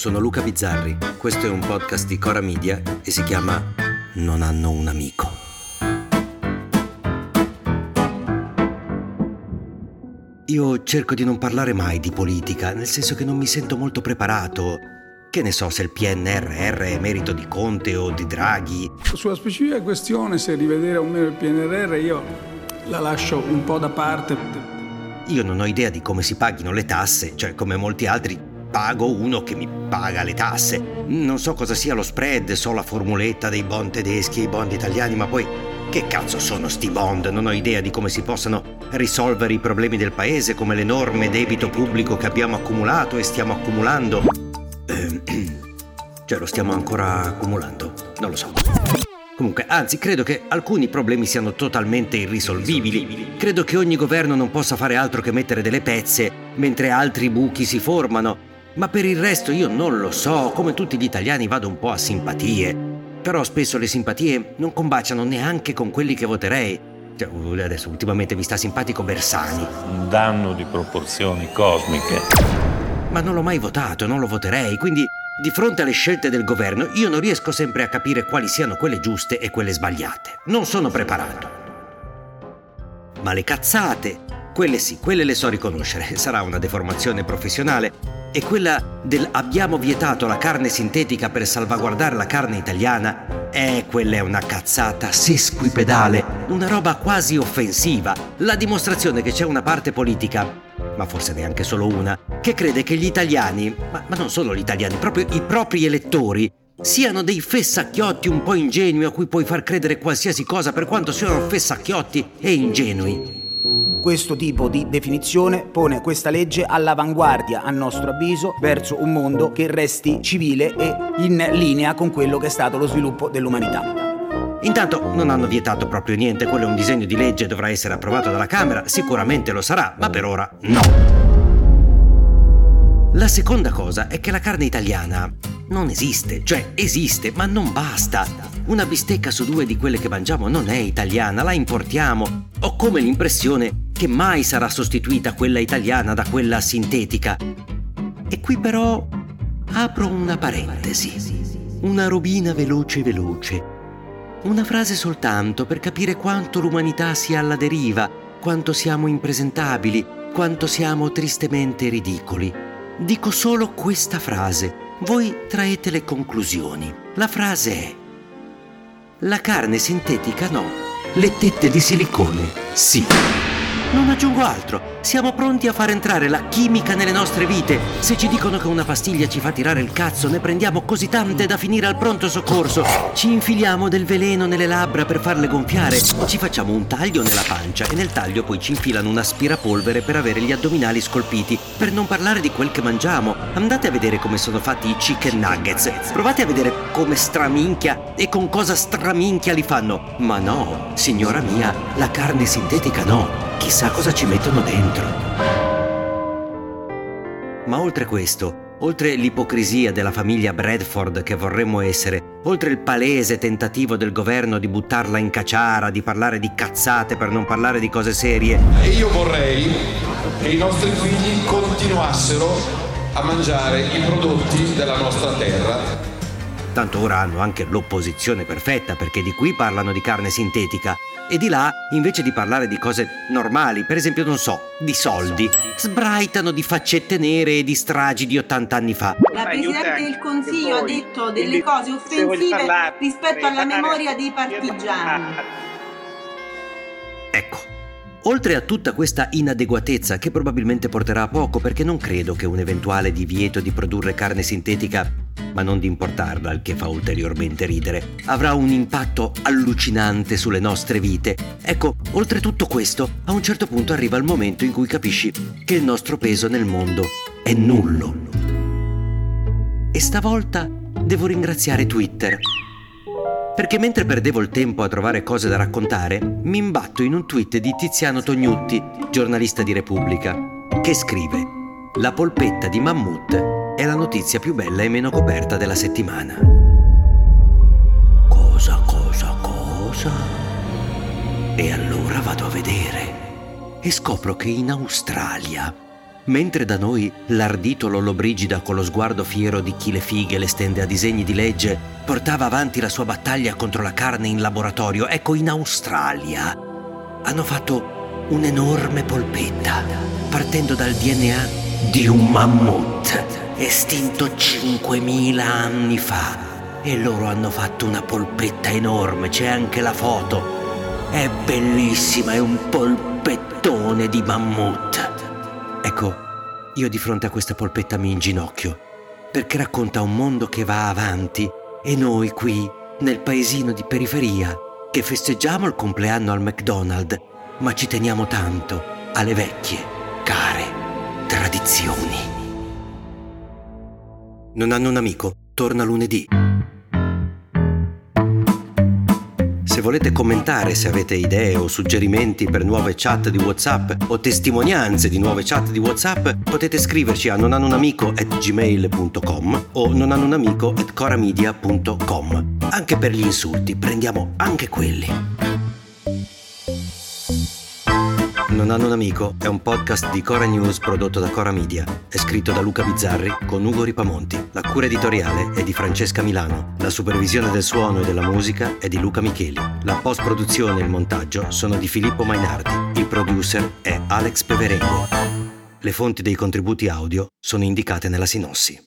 sono Luca Bizzarri, questo è un podcast di Cora Media e si chiama Non hanno un amico. Io cerco di non parlare mai di politica, nel senso che non mi sento molto preparato. Che ne so se il PNRR è merito di Conte o di Draghi. Sulla specifica questione, se rivedere o meno il PNRR, io la lascio un po' da parte. Io non ho idea di come si paghino le tasse, cioè come molti altri pago uno che mi paga le tasse. Non so cosa sia lo spread, so la formuletta dei bond tedeschi e i bond italiani, ma poi che cazzo sono sti bond? Non ho idea di come si possano risolvere i problemi del paese, come l'enorme debito pubblico che abbiamo accumulato e stiamo accumulando. Cioè lo stiamo ancora accumulando? Non lo so. Comunque, anzi, credo che alcuni problemi siano totalmente irrisolvibili. Credo che ogni governo non possa fare altro che mettere delle pezze mentre altri buchi si formano. Ma per il resto io non lo so, come tutti gli italiani vado un po' a simpatie. Però spesso le simpatie non combaciano neanche con quelli che voterei. Cioè, adesso ultimamente mi sta simpatico Bersani. Un danno di proporzioni cosmiche. Ma non l'ho mai votato, non lo voterei, quindi di fronte alle scelte del governo io non riesco sempre a capire quali siano quelle giuste e quelle sbagliate. Non sono preparato. Ma le cazzate, quelle sì, quelle le so riconoscere. Sarà una deformazione professionale. E quella del abbiamo vietato la carne sintetica per salvaguardare la carne italiana, quella è una cazzata sesquipedale, una roba quasi offensiva, la dimostrazione che c'è una parte politica, ma forse neanche solo una, che crede che gli italiani, ma non solo gli italiani, proprio i propri elettori, siano dei fessacchiotti un po' ingenui a cui puoi far credere qualsiasi cosa per quanto siano fessacchiotti e ingenui. Questo tipo di definizione pone questa legge all'avanguardia, a nostro avviso, verso un mondo che resti civile e in linea con quello che è stato lo sviluppo dell'umanità. Intanto non hanno vietato proprio niente, quello è un disegno di legge, dovrà essere approvato dalla Camera, sicuramente lo sarà, ma per ora no. La seconda cosa è che la carne italiana non esiste, cioè esiste, ma non basta. Una bistecca su 2 di quelle che mangiamo non è italiana, la importiamo. Ho come l'impressione che mai sarà sostituita quella italiana da quella sintetica. E qui però apro una parentesi, una robina veloce veloce. Una frase soltanto per capire quanto l'umanità sia alla deriva, quanto siamo impresentabili, quanto siamo tristemente ridicoli. Dico solo questa frase, voi traete le conclusioni. La frase è: la carne sintetica no, le tette di silicone sì. Non aggiungo altro, siamo pronti a far entrare la chimica nelle nostre vite. Se ci dicono che una pastiglia ci fa tirare il cazzo, ne prendiamo così tante da finire al pronto soccorso. Ci infiliamo del veleno nelle labbra per farle gonfiare, ci facciamo un taglio nella pancia e nel taglio poi ci infilano un aspirapolvere per avere gli addominali scolpiti. Per non parlare di quel che mangiamo, andate a vedere come sono fatti i chicken nuggets, provate a vedere come straminchia e con cosa straminchia li fanno. Ma no, signora mia, la carne sintetica no. Chissà cosa ci mettono dentro. Ma oltre questo, oltre l'ipocrisia della famiglia Bradford che vorremmo essere, oltre il palese tentativo del governo di buttarla in caciara, di parlare di cazzate per non parlare di cose serie. E io vorrei che i nostri figli continuassero a mangiare i prodotti della nostra terra. Tanto ora hanno anche l'opposizione perfetta, perché di qui parlano di carne sintetica e di là, invece di parlare di cose normali, per esempio, non so, di soldi, sbraitano di faccette nere e di stragi di 80 anni fa. La Presidente del Consiglio ha detto delle cose offensive rispetto alla memoria dei partigiani. Ecco. Oltre a tutta questa inadeguatezza, che probabilmente porterà a poco, perché non credo che un eventuale divieto di produrre carne sintetica, ma non di importarla, il che fa ulteriormente ridere, avrà un impatto allucinante sulle nostre vite. Ecco, oltre tutto questo, a un certo punto arriva il momento in cui capisci che il nostro peso nel mondo è nullo. E stavolta devo ringraziare Twitter. Perché mentre perdevo il tempo a trovare cose da raccontare, mi imbatto in un tweet di Tiziano Tognutti, giornalista di Repubblica, che scrive: la polpetta di mammut è la notizia più bella e meno coperta della settimana. Cosa? E allora vado a vedere e scopro che in Australia Mentre da noi l'ardito Lollobrigida, con lo sguardo fiero di chi le fighe le stende a disegni di legge, portava avanti la sua battaglia contro la carne in laboratorio, ecco, in Australia hanno fatto un'enorme polpetta, partendo dal DNA di un mammut estinto 5.000 anni fa. E loro hanno fatto una polpetta enorme, c'è anche la foto. È bellissima, è un polpettone di mammut. Ecco, io di fronte a questa polpetta mi inginocchio, perché racconta un mondo che va avanti e noi qui, nel paesino di periferia, che festeggiamo il compleanno al McDonald's, ma ci teniamo tanto alle vecchie, care tradizioni. Non hanno un amico? Torna lunedì. Se volete commentare, se avete idee o suggerimenti per nuove chat di WhatsApp o testimonianze di nuove chat di WhatsApp, potete scriverci a nonhanunamico@gmail.com o nonhanunamico@coramedia.com. Anche per gli insulti, prendiamo anche quelli. Non hanno un amico è un podcast di Cora News prodotto da Cora Media. È scritto da Luca Bizzarri con Ugo Ripamonti. La cura editoriale è di Francesca Milano. La supervisione del suono e della musica è di Luca Micheli. La post-produzione e il montaggio sono di Filippo Mainardi. Il producer è Alex Peverengo. Le fonti dei contributi audio sono indicate nella sinossi.